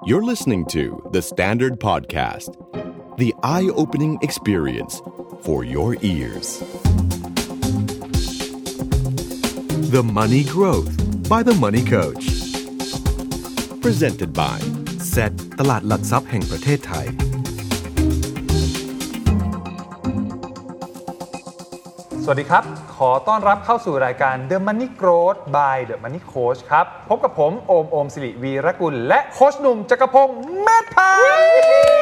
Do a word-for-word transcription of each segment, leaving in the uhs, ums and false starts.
You're listening to The Standard Podcast, the eye-opening experience for your ears. The Money Growth by The Money Coach. Presented by เซ อี ที ตลาดหลักทรัพย์แห่งประเทศไทยสวัสดีครับขอต้อนรับเข้าสู่รายการ The Money Growth by The Money Coach ครับพบกับผมโอมโอมสิริวีรกุลและโค้ชหนุ่มจักรพงศ์เมธพันธ์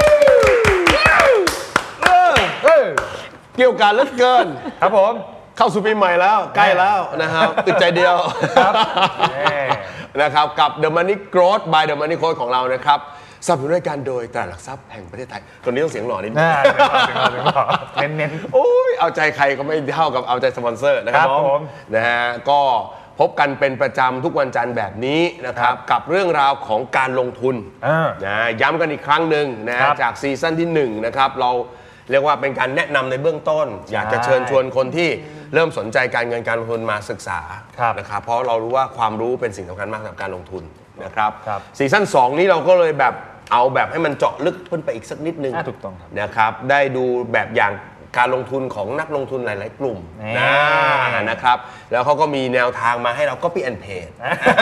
เกี่ยวกันเหลือเกินครับผมเข้าสู่ปีใหม่แล้วใกล้แล้วนะครับอึดใจเดียวครับนะครับกับ The Money Growth by The Money Coach ของเรานะครับสนับสนุนรายการโดยตลาดหลักทรัพย์แห่งประเทศไทยตัวนี้ต้องเสียงหล่อนิดนึงเน้นๆโอ้ยเอาใจใครก็ไม่เท่ากับเอาใจสปอนเซอร์นะครับผมนะฮะก็พบกันเป็นประจำทุกวันจันทร์แบบนี้นะครับกับเรื่องราวของการลงทุนนะย้ำกันอีกครั้งหนึ่งนะจากซีซั่นที่หนึ่งนะครับเราเรียกว่าเป็นการแนะนำในเบื้องต้นอยากจะเชิญชวนคนที่เริ่มสนใจการเงินการลงทุนมาศึกษานะครับเพราะเรารู้ว่าความรู้เป็นสิ่งสำคัญมากสำหรับการลงทุนนะครับซีซั่นสองนี้เราก็เลยแบบเอาแบบให้มันเจาะลึกขึ้นไปอีกสักนิดนึงถูกต้องครับนะครับได้ดูแบบอย่างการลงทุนของนักลงทุนหลายๆกลุ่มนะนะครับแล้วเขาก็มีแนวทางมาให้เรา copy and paste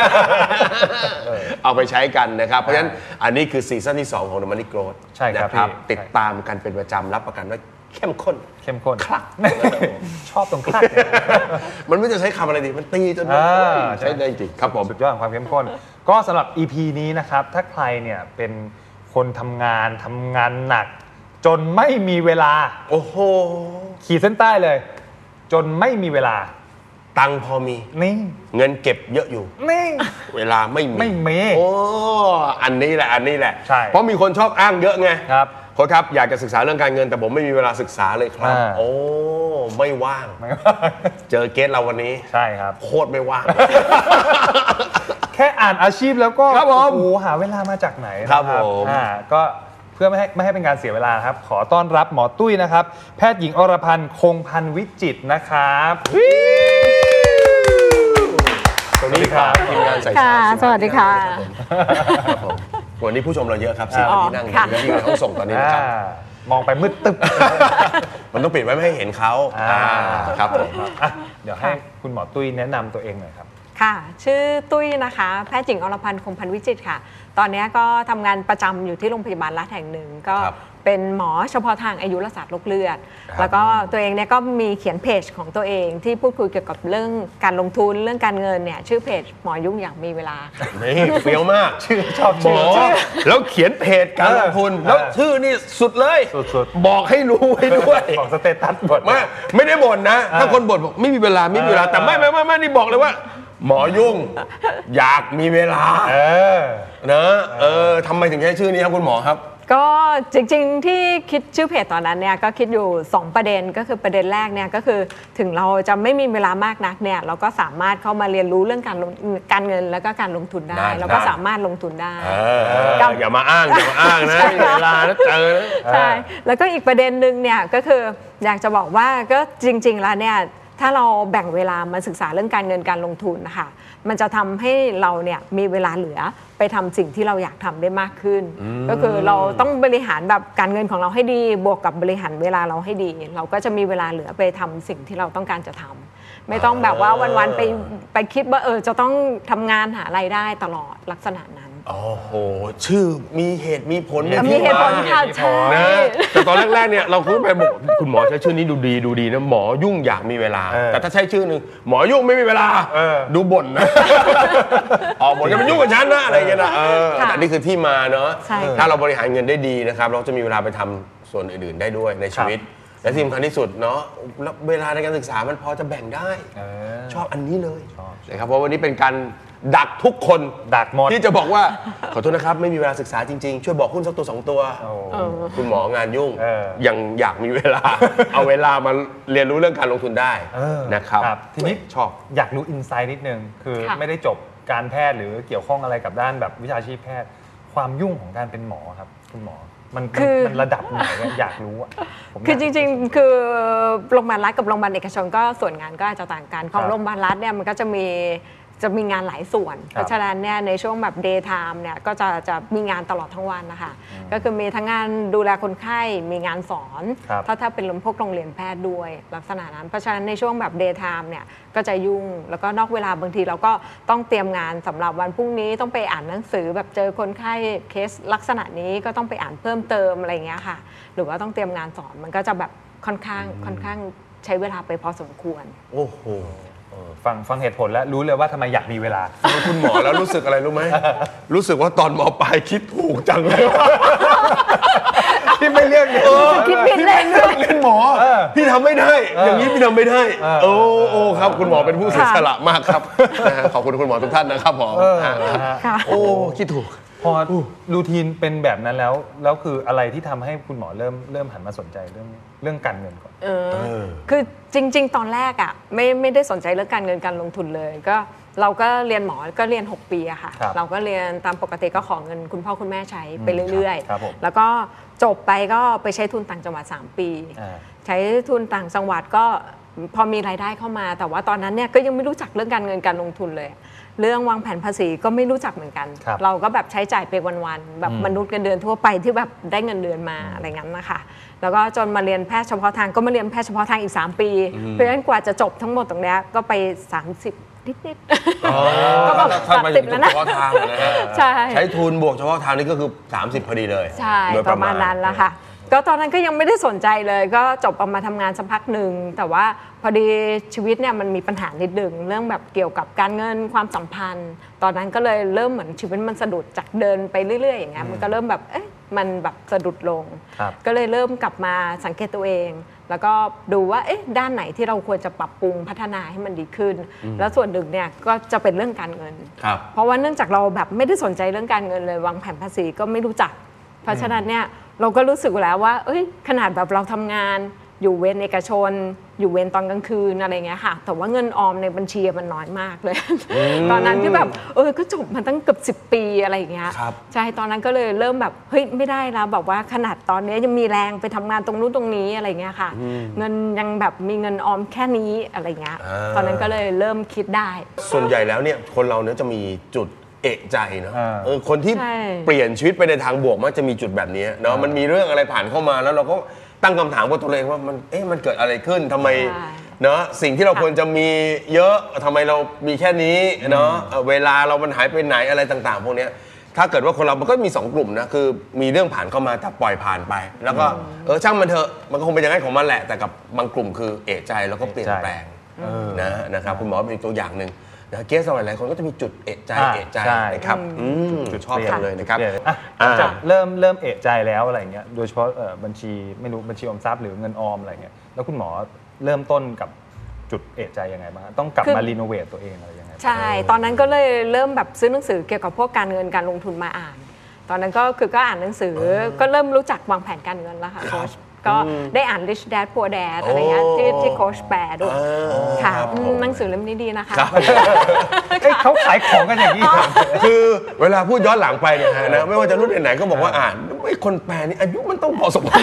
เอาไปใช้กันนะครับเพราะฉะนั้นอันนี้คือซีซั่นที่สองของ The Money Growth นะครับติดตามกันเป็นประจำรับประกันว่าเข้มข้นเข้มข้นคลักชอบตรงคลักมันไม่จะใช้คำอะไรดีมันตีจนใช้ได้จริงครับผมสุดยอดของความเข้มข้นก็สำหรับ อี พี นี้นะครับถ้าใครเนี่ยเป็นคนทำงานทำงานหนักจนไม่มีเวลาโอ้โหขีดเส้นใต้เลยจนไม่มีเวลาตังพอมีนี่เงินเก็บเยอะอยู่นี่เวลาไม่มีไม่มีโอ้อันนี้แหละอันนี้แหละใช่เพราะมีคนชอบอ้างเยอะไงครับโค้ชครับอยากจะศึกษาเรื่องการเงินแต่ผมไม่มีเวลาศึกษาเลยครับโอ้ไม่ว่างเจอเกสเราวันนี้ใช่ครับโคตรไม่ว่างแค่อ่านอาชีพแล้วก็โอ้โหหาเวลามาจากไหนครับผมอ่าก็เพื่อไม่ให้ไม่ให้เป็นการเสียเวลาครับขอต้อนรับหมอตุ้ยนะครับแพทย์หญิงอรพันธ์คงพันธ์วิจิตรนะครับสวัสดีครับทีมงานใส่ค่ะสวัสดีค่ะวันนี้ผู้ชมเราเยอะครับสี่คนที่นั่งอยู่ที่ในห้องส่งตอนนี้นะครับมองไปมืดตึ๊บมันต้องปิดไว้ไม่ให้เห็นเขาครับผมเดี๋ยวให้คุณหมอตุ้ยแนะนำตัวเองหน่อยครับค่ะชื่อตุ้ยนะคะแพทย์หญิงอรพันธ์คงพันธ์วิจิตรค่ะตอนนี้ก็ทำงานประจำอยู่ที่โรงพยาบาลรัฐแห่งหนึ่งก็เป็นหมอเฉพาะทางอายุรศาสตร์โรคเลือดแล้วก็ตัวเองเนี่ยก็มีเขียนเพจของตัวเองที่พูดคุยเกี่ยวกับเรื่องการลงทุนเรื่องการเงินเนี่ยชื่อเพจหมอยุ่งอยากมีเวลานี่เฟี้ยวมากชื่อชอบหมอแล้วเขียนเพจการลงทุนแล้วชื่อนี่สุดเลยสุดๆบอกให้รู้ไว้ด้วยบอกสเตตัสบ่นไม่ไม่ได้บ่นนะถ้าคนบ่นบอกไม่มีเวลาไม่มีเวลาแต่ไม่ไม่ไม่นี่บอกเลยว่าหมอยุ่งอยากมีเวลาเออนะเออทำไมถึงใช้ชื่อนี้ครับคุณหมอครับก็จริงๆที่คิดชื่อเพจตอนนั้นเนี่ยก็คิดอยู่สองประเด็นก็คือประเด็นแรกเนี่ยก็คือถึงเราจะไม่มีเวลามากนักเนี่ยเราก็สามารถเข้ามาเรียนรู้เรื่องการการเงินแล้วก็การลงทุนได้เราก็สามารถลงทุนได้อย่ามาอ้างอย่ามาอ้างนะเวลาแล้วเจอใช่แล้วก็อีกประเด็นนึงเนี่ยก็คืออยากจะบอกว่าก็จริงๆแล้วเนี่ยถ้าเราแบ่งเวลามาศึกษาเรื่องการเงินการลงทุนนะคะมันจะทำให้เราเนี่ยมีเวลาเหลือไปทำสิ่งที่เราอยากทำได้มากขึ้นก็คือเราต้องบริหารแบบการเงินของเราให้ดีบวกกับบริหารเวลาเราให้ดีเราก็จะมีเวลาเหลือไปทำสิ่งที่เราต้องการจะทำไม่ต้องแบบว่าวันๆไปไปคิดว่าเออจะต้องทำงานหารายได้ตลอดลักษณะนั้นโอ้โหชื่อมีเหตุมีผลมีเหตุผลค่ะใช่แต่ตอนแรกๆเนี่ยเราคุยไปบอกคุณหมอใช้ชื่อนี้ดูดีดูดีนะหมอยุ่งอยากมีเวลาแต่ถ้าใช้ชื่อนึงหมอยุ่งไม่มีเวลาดูบ่นนะอ๋อบ่นจะมายุ่งกับฉันนะอะไรอย่างเงี้ยนะแต่นี่คือที่มาเนาะถ้าเราบริหารเงินได้ดีนะครับเราจะมีเวลาไปทำส่วนอื่นๆได้ด้วยในชีวิตและที่สำคัญที่สุดเนาะเวลาในการศึกษามันพอจะแบ่งได้ชอบอันนี้เลยนะครับเพราะวันนี้เป็นการดักทุกคนดักหมดที่จะบอกว่าขอโทษนะครับไม่มีเวลาศึกษาจริงๆช่วยบอกหุ้นสักตัวสองตัวคุณหมองานยุ่งยังอยากมีเวลาเอาเวลามาเรียนรู้เรื่องการลงทุนได้นะครับทีนี้ชอบอยากรู้อินไซต์นิดนึงคือไม่ได้จบการแพทย์หรือเกี่ยวข้องอะไรกับด้านแบบวิชาชีพแพทย์ความยุ่งของการเป็นหมอครับคุณหมอมันมันระดับไหนอยากรู้อ่ะคือจริงๆคือโรงพยาบาลรัฐกับโรงพยาบาลเอกชนก็ส่วนงานก็อาจจะต่างกันของโรงพยาบาลรัฐเนี่ยมันก็จะมีจะมีงานหลายส่วนเพราะฉะนั้นเนี่ยในช่วงแบบ day time เนี่ยก็จะจะมีงานตลอดทั้งวันนะคะก็คือมีทั้งงานดูแลคนไข้มีงานสอนถ้าถ้าเป็นพวกโรงเรียนแพทย์ด้วยลักษณะนั้นเพราะฉะนั้นในช่วงแบบ day time เนี่ยก็จะยุ่งแล้วก็นอกเวลาบางทีเราก็ต้องเตรียมงานสำหรับวันพรุ่งนี้ต้องไปอ่านหนังสือแบบเจอคนไข้เคสลักษณะนี้ก็ต้องไปอ่านเพิ่มเติมอะไรอย่างเงี้ยค่ะหรือว่าต้องเตรียมงานสอนมันก็จะแบบค่อนข้างค่อนข้างใช้เวลาไปพอสมควรโอ้โหฟังฟังเหตุผลแล้วรู้เลยว่าทำไมอยากมีเวลาคุณหมอแล้วรู้สึกอะไรรู้ไหมรู้สึกว่าตอนม.ปลายคิดถูกจังเลยพี่ไม่เลือกเนี่ยคิดผิดเลยเลือกเรียนหมอพี่ทำไม่ได้อย่างนี้พี่ทำไม่ได้โอ้โอ้ครับคุณหมอเป็นผู้เสียสละมากครับขอบคุณคุณหมอทุกท่านนะครับหมอโอ้คิดถูกพอรูทีนเป็นแบบนั้นแล้วแล้วคืออะไรที่ทำให้คุณหมอเริ่มเริ่มหันมาสนใจเรื่องเรื่องการเงินก่อนเออคือจริงๆตอนแรกอ่ะไม่ไม่ได้สนใจเรื่องการเงินการลงทุนเลยก็เราก็เรียนหมอก็เรียนหกปีอะค่ะเราก็เรียนตามปกติก็ขอเงินคุณพ่อคุณแม่ใช้ไปเรื่อยๆแล้วก็จบไปก็ไปใช้ทุนต่างจังหวัดสามปีใช้ทุนต่างจังหวัดก็พอมีรายได้เข้ามาแต่ว่าตอนนั้นเนี่ยก็ยังไม่รู้จักเรื่องการเงินการลงทุนเลยเรื่องวางแผนภาษีก็ไม่รู้จักเหมือนกันเราก็แบบใช้จ่ายไปวันๆแบบมนุษย์เงินเดือนทั่วไปที่แบบได้เงินเดือนมาอะไรงั้นนะคะแล้วก็จนมาเรียนแพทย์เฉพาะทางก็มาเรียนแพทย์เฉพาะทางอีกสามปีเพราะฉะนั้นกว่าจะจบทั้งหมดตรงนี้ก็ไปสามสิบนิดๆก็แบบสามสิบแล้วนะเฉพาะทางนะฮะใช่ใช้ทุนบวกเฉพาะทางนี่ก็คือสามสิบพอดีเลยใช่ประมาณนั้นแล้วค่ะก็ตอนนั้นก็ยังไม่ได้สนใจเลยก็จบออกมาทำงานสักพักหนึ่งแต่ว่าพอดีชีวิตเนี่ยมันมีปัญหานิดนึงเรื่องแบบเกี่ยวกับการเงินความสัมพันธ์ตอนนั้นก็เลยเริ่มเหมือนชีวิตมันสะดุดจากเดินไปเรื่อยๆอย่างเงี้ยมันก็เริ่มแบบเอ๊ะมันแบบสะดุดลงก็เลยเริ่มกลับมาสังเกตตัวเองแล้วก็ดูว่าเอ๊ะด้านไหนที่เราควรจะปรับปรุงพัฒนาให้มันดีขึ้นแล้วส่วนหนึ่งเนี่ยก็จะเป็นเรื่องการเงินเพราะว่าเนื่องจากเราแบบไม่ได้สนใจเรื่องการเงินเลยวางแผนภาษีก็ไม่รู้จักเพราะฉะนั้นเนี่ยเราก็รู้สึกแล้วว่าเอ้ยขนาดแบบเราทำงานอยู่เวรเอกชนอยู่เวรตอนกลางคืนอะไรเงี้ยค่ะแต่ว่าเงินออมในบัญชีมันน้อยมากเลยตอนนั้นที่แบบเออก็จบมาตั้งเกือบสิบปีอะไรอย่างเงี้ยใช่ตอนนั้นก็เลยเริ่มแบบเฮ้ยไม่ได้แล้วแบบว่าขนาดตอนนี้ยังมีแรงไปทำงานตรงนู้นตรงนี้อะไรเงี้ยค่ะเงินยังแบบมีเงินออมแค่นี้อะไรเงี้ยตอนนั้นก็เลยเริ่มคิดได้ส่วนใหญ่แล้วเนี่ยคนเราเนี่ยจะมีจุดเอะใจเนาะเออคนที่เปลี่ยนชีวิตไปในทางบวกมักจะมีจุดแบบนี้เนาะมันมีเรื่องอะไรผ่านเข้ามาแล้วเราก็ตั้งคำถามกับตัวเองว่ามันเอ๊ะมันเกิดอะไรขึ้นทำไมเนาะสิ่งที่เราควรจะมีเยอะทำไมเรามีแค่นี้เนาะเวลาเรามันหายไปไหนอะไรต่างๆพวกนี้ถ้าเกิดว่าคนเรามันก็มีสองกลุ่มนะคือมีเรื่องผ่านเข้ามาแต่ปล่อยผ่านไปแล้วก็เออช่างมันเถอะมันก็คงเป็นอย่างนั้นของมันแหละแต่กับบางกลุ่มคือเอะใจแล้วก็เปลี่ยนแปลงนะนะครับคุณหมอเป็นอีกตัวอย่างนึงนะเกสหลายๆคนก็จะมีจุดเอะใจเอะใจนะครับจุดชอบกันเลยนะครับจะเริ่มเริ่มเอะใจแล้วอะไรเงี้ยโดยเฉพาะบัญชีไม่รู้บัญชีออมทรัพย์หรือเงินออมอะไรเงี้ยแล้วคุณหมอเริ่มต้นกับจุดเอะใจยังไงบ้างต้องกลับมารีโนเวทตัวเองอะไรยังไงใช่ตอนนั้นก็เลยเริ่มแบบซื้อหนังสือเกี่ยวกับพวกการเงินการลงทุนมาอ่านตอนนั้นก็คือก็อ่านหนังสือก็เริ่มรู้จักวางแผนการเงินแล้วค่ะก็ได้อ่าน Rich Dad Poor Dad อะไรเงี้ยที่ที่โค้ชแปลด้วยค่ะหนังสือเล่มนี้ดีนะคะเขาขายของกันอย่างนี้คือเวลาพูดย้อนหลังไปเนี่ยนะไม่ว่าจะรุ่นไหนๆก็บอกว่าอ่านไอ้คนแปลนี่อายุมันต้องพอสมควร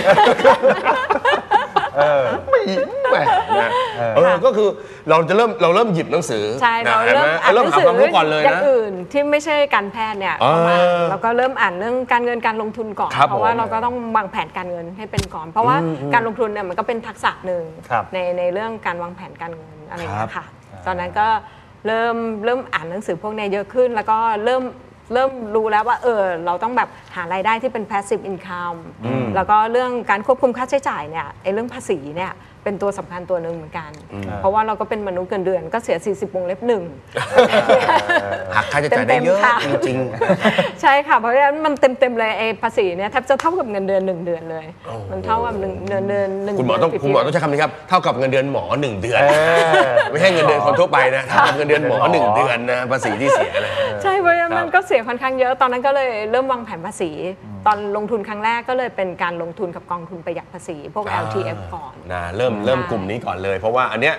ไม่แหมนะเออก็คือเราจะเริ่มเราเริ่มหยิบหนังสือใช่เราเริ่มอ่านหนังสืออย่างอื่นที่ไม่ใช่การแพทย์เนี่ยเข้ามาเราก็เริ่มอ่านเรื่องการเงินการลงทุนก่อนเพราะว่าเราก็ต้องวางแผนการเงินให้เป็นก่อนเพราะว่าการลงทุนเนี่ยมันก็เป็นทักษะหนึ่งในในเรื่องการวางแผนการเงินอะไรอย่างเงี้ยค่ะตอนนั้นก็เริ่มเริ่มอ่านหนังสือพวกนี้เยอะขึ้นแล้วก็เริ่มเริ่มรู้แล้วว่าเออเราต้องแบบหารายได้ที่เป็น passive income แล้วก็เรื่องการควบคุมค่าใช้จ่ายเนี่ยไอ้เรื่องภาษีเนี่ยเป็นตัวสำคัญตัวหนึ่งเหมือนกันเพราะว่าเราก็เป็นมนุษย์เงินเดือนก็เสียสี่สิบวงเล็บหนึ่งหักค่าใช้จ่ายได้เยอะจริงๆใช่ค่ะเพราะฉะนั้นมันเต็มๆเลยไอ้ภาษีเนี่ยแทบจะเท่ากับเงินเดือนหนึ่งเดือนเลยมันเท่ากับเงินเดือนหนึ่งคุณหมอต้องคุณหมอต้องใช้คำนี้ครับเท่ากับเงินเดือนหมอหนึ่งเดือนไม่ใช่เงินเดือนคนทั่วไปนะเท่ากับเงินเดือนหมอหนึ่งเดือนนะภาษีที่เสียเลยใช่เพราะฉะนั้นมันก็เสียค่อนข้างเยอะตอนนั้นก็เลยเริ่มวางแผนภาษีตอนลงทุนครั้งแรกก็เลยเป็นการลงทุนกับกองทุนประหยัดภาษีพวก แอล ที เอฟ ก่อนนะเริ่มเริ่มกลุ่มนี้ก่อนเลยเพราะว่าอันเนี้ย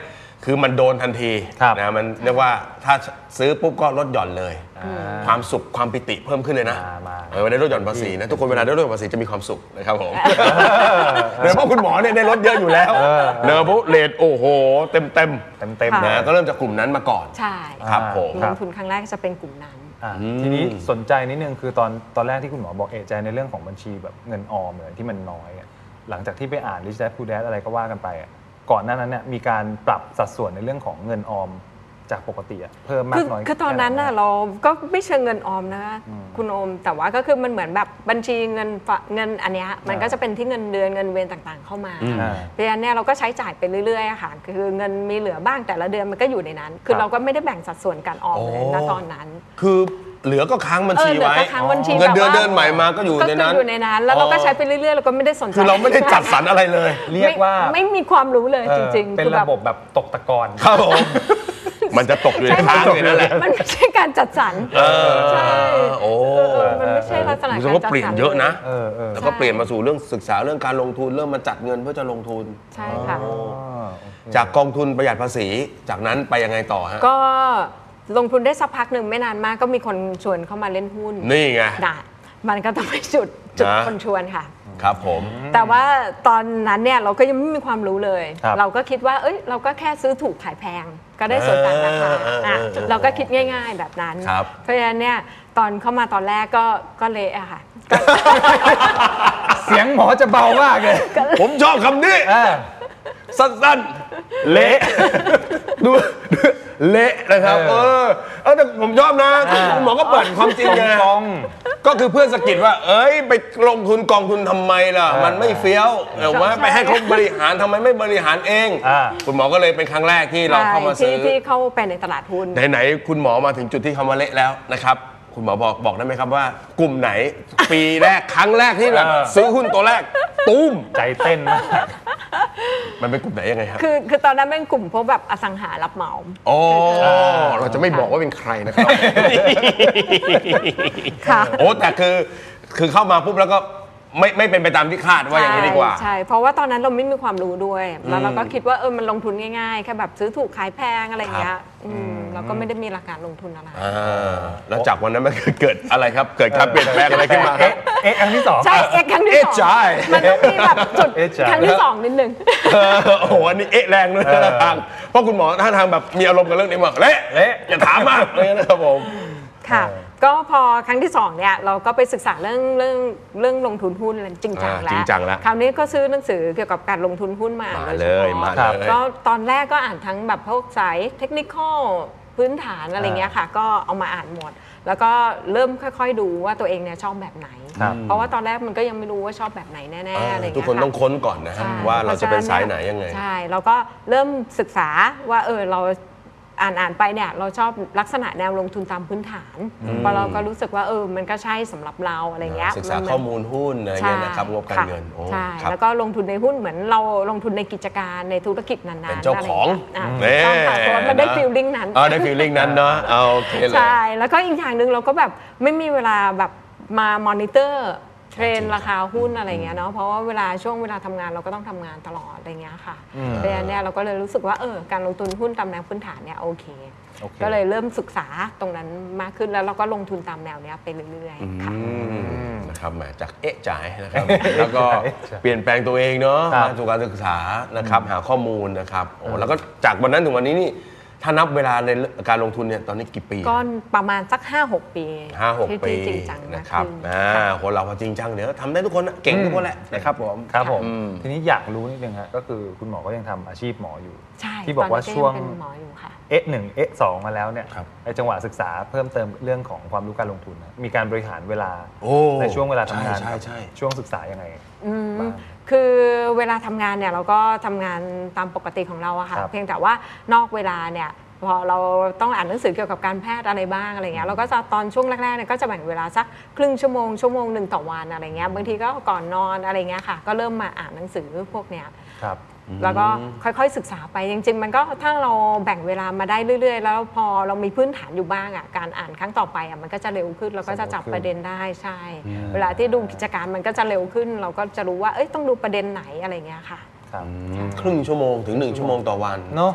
คือมันโดนทันทีนะมันเรียกว่าถ้าซื้อปุ๊บก็ลดหย่อนเลยความสุขความปิติเพิ่มขึ้นเลยนะเออได้ลดหย่อนภาษีนะทุกคนเวลาได้ลดหย่อนภาษีจะมีความสุขนะครับผมเนื่องเพราะคุณหมอเนี่ยได้ลดเยอะอยู่แล้วเนื่องเพราะเรทโอ้โหเต็มเต็มเต็มเต็มนะก็เริ่มจากกลุ่มนั้นมาก่อนใช่ครับผมลงทุนครั้งแรกจะเป็นกลุ่มนั้นทีนี้สนใจนิดนึงคือตอนตอนแรกที่คุณหมอบอกเอะใจในเรื่องของบัญชีแบบเงินออมเลยที่มันน้อยหลังจากที่ไปอ่าน Rich Dad Poor Dad อะไรก็ว่ากันไปก่อนหน้านั้นเนี่ยมีการปรับสัดส่วนในเรื่องของเงินออมจากปกติอะเพิ่มมากน้อยคือตอนนั้นน่ะเราก็ไม่เชิงเงินออมนะคะคุณโอมแต่ว่าก็คือมันเหมือนแบบบัญชีเงินเงินอันเนี้ยมันก็จะเป็นที่เงินเดือนเงินเวรต่างๆเข้ามาเพราะฉะนั้นเนี่ยเราก็ใช้จ่ายไปเรื่อยๆค่ะคือเงินมีเหลือบ้างแต่ละเดือนมันก็อยู่ในนั้นคือเราก็ไม่ได้แบ่งสัดส่วนการออมเลยณตอนนั้นคือเหลือก็ค้างบัญชีไว้เงินเดือนเดือนใหม่มาก็อยู่ในนั้นก็อยู่ในนั้นแล้วเราก็ใช้ไปเรื่อยๆเราก็ไม่ได้สนใจคือเราไม่ได้จัดสรรอะไรเลยเรียกว่าไม่มีความรู้เลยจริงๆเป็นระบบแบบตกตะกอนครับผมมันจะตกอยู่ในค้างอยู่นั่นแหละมันไม่ใช่การจัดสรรใช่โอ้มันไม่ใช่ลักษณะการจัดสรรก็เปลี่ยนเยอะนะแล้วก็เปลี่ยนมาสู่เรื่องศึกษาเรื่องการลงทุนเริ่มมาจัดเงินเพื่อจะลงทุนใช่ค่ะจากกองทุนประหยัดภาษีจากนั้นไปยังไงต่อฮะก็ลงทุนได้สักพักหนึ่งไม่นานมากก็มีคนชวนเข้ามาเล่นหุ้นนี่ไงมันก็ต้องไปจุดจุดคนชวนค่ะครับผมแต่ว่าตอนนั้นเนี่ยเราก็ยังไม่มีความรู้เลยเราก็คิดว่าเอ้ยเราก็แค่ซื้อถูกขายแพงก็ได้ส่วนต่างราคาเราก็คิดง่ายๆแบบนั้นเพราะฉะนั้นเนี่ยตอนเข้ามาตอนแรกก็ก็เละอะค่ะเสียงหมอจะเบามากเลยผมชอบคำนี้สั้นๆเละดูเละนะครับเออเออแต่ผมชอบนะคุณหมอก็เปิดความจริงไงก็คือเพื่อนสะกิดว่าเอ้ยไปลงทุนกองทุนทำไมล่ะมันไม่เฟี้ยวหรือว่าไปให้เขาบริหารทำไมไม่บริหารเองคุณหมอก็เลยเป็นครั้งแรกที่เราเข้ามาซื้อที่เข้าไปในตลาดหุ้นไหนๆคุณหมอมาถึงจุดที่คำว่าเละแล้วนะครับคุณหมอบอกบอกได้ไหมครับว่ากลุ่มไหนปีแรกครั้งแรกที่แบบซื้อหุ้นตัวแรกตุ้มใจเต้นมากมันเป็นกลุ่มไหนยังไงครับคือคือตอนนั้นเป็นกลุ่มพวกแบบอสังหารับเหมาโอ้เราจะไม่บอกว่าเป็นใครนะครับค่ะโอ้แต่คือคือเข้ามาปุ๊บแล้วก็ไม่ไม่เป็นไปตามที่คาดว่าอย่างนี้ดีกว่าใช่เพราะว่าตอนนั้นเราไม่มีความรู้ด้วยแล้วเราก็คิดว่าเออมันลงทุนง่ายๆแค่แบบซื้อถูกขายแพงอะไรอย่างเงี้ยเราก็ไม่ได้มีหลักการลงทุนอะไรแล้วจากวันนั้นมันเกิดอะไรครับเกิดการเปลี่ยนแปลงอะไรขึ้นมาครับเอ๊ะครั้งที่สองใช่เอ๊ะครั้งที่สองมันต้องมีแบบจุดครั้งที่สองนิดนึงโอ้โหอันนี้เอ๊ะแรงเลยท่าทางเพราะคุณหมอท่าทางแบบมีอารมณ์กับเรื่องนี้มากเละเละอย่าถามมากเลยนะครับผมค่ะก็พอครั้งที่สองเนี่ยเราก็ไปศึกษาเรื่องเรื่องเรื่องลงทุนหุ้นจริงจังแล้วจริงจังแล้วคราวนี้ก็ซื้อหนังสือเกี่ยวกับการลงทุนหุ้นมามาเลยมาเลยก็ตอนแรกก็อ่านทั้งแบบพวกสายเทคนิคอลพื้นฐานอะไรเงี้ยค่ะก็เอามาอ่านหมดแล้วก็เริ่มค่อยๆดูว่าตัวเองเนี่ยชอบแบบไหนเพราะว่าตอนแรกมันก็ยังไม่รู้ว่าชอบแบบไหนแน่ๆอะไรเงี้ยทุกคนต้องค้นก่อนนะครับว่าเราจะเป็นสายไหนยังไงใช่เราก็เริ่มศึกษาว่าเออเราอ่านอ่านไปเนี่ยเราชอบลักษณะแนวลงทุนตามพื้นฐานพอเราก็รู้สึกว่าเออมันก็ใช่สำหรับเราอะไรเงี้ยศึกษาข้อมูลหุ้นอะไรเงี้ยนะครับงบการเงินใช่แล้วก็ลงทุนในหุ้นเหมือนเราลงทุนในกิจการในธุรกิจนั้นๆเป็นเจ้าของต้องค่ะเพราะมันได้ฟีลลิ่งนั้นอ๋อได้ฟีลลิ่งนั้นเนาะโอเคเลยใช่แล้วก็อีกอย่างนึงเราก็แบบไม่มีเวลาแบบมามอนิเตอร์เทรนราคาหุ้นอะไรเงี้ยเนาะเพราะว่าเวลาช่วงเวลาทำงานเราก็ต้องทำงานตลอดอะไรเงี้ยค่ะเพราะฉะนั้นเนี่ยเราก็เลยรู้สึกว่าเออการลงทุนหุ้นตามแนวพื้นฐานเนี่ยโอเคก็เลยเริ่มศึกษาตรงนั้นมากขึ้นแล้วเราก็ลงทุนตามแนวนี้ไปเรื่อยๆค่ะนะครับมาจากเอ๊ะจ่ายนะครับแล้วก็เปลี่ยนแปลงตัวเองเนาะมาสู่การศึกษานะครับหาข้อมูลนะครับโอ้แล้วก็จากวันนั้นถึงวันนี้นี่ถ้านับเวลาในการลงทุนเนี่ยตอนนี้กี่ปีก็ประมาณสัก ห้าหก ปีห้าหก ปีจริงจังนะครับอ่าคนเราพอจริงจังเดี๋ยวทำได้ทุกคนเก่งทุกคนแหละนะครับผมครับผมทีนี้อยากรู้นิดนึงฮะก็คือคุณหมอก็ยังทำอาชีพหมออยู่ที่บอกว่าช่วงเอ๊ะหนึ่งเอ๊ะสองมาแล้วเนี่ยไอจังหวะศึกษาเพิ่มเติมเรื่องของความรู้การลงทุนมีการบริหารเวลาในช่วงเวลาทำงานช่วงศึกษายังไงคือเวลาทำงานเนี่ยเราก็ทำงานตามปกติของเราอะค่ะเพียงแต่ว่านอกเวลาเนี่ยพอเราต้องอ่านหนังสือเกี่ยวกับการแพทย์อะไรบ้างอะไรเงี้ยเราก็จะตอนช่วงแรกๆเนี่ยก็จะแบ่งเวลาสักครึ่งชั่วโมงชั่วโมงหนึ่งต่อวันอะไรเงี้ยบางทีก็ก่อนนอนอะไรเงี้ยค่ะก็เริ่มมาอ่านหนังสือพวกเนี้ยแล้วก็ค่อยๆศึกษาไปจริงๆมันก็ถ้าเราแบ่งเวลามาได้เรื่อยๆแล้วพอเรามีพื้นฐานอยู่บ้างอ่ะการอ่านครั้งต่อไปอ่ะมันก็จะเร็วขึ้นเราก็จะจับประเด็นได้ใช่เวลาที่ดูกิจการมันก็จะเร็วขึ้นเราก็จะรู้ว่าเอ้ยต้องดูประเด็นไหนอะไรเงี้ยค่ะครึ่งชั่วโมงถึงหนึ่งชั่วโมงต่อวันเนาะ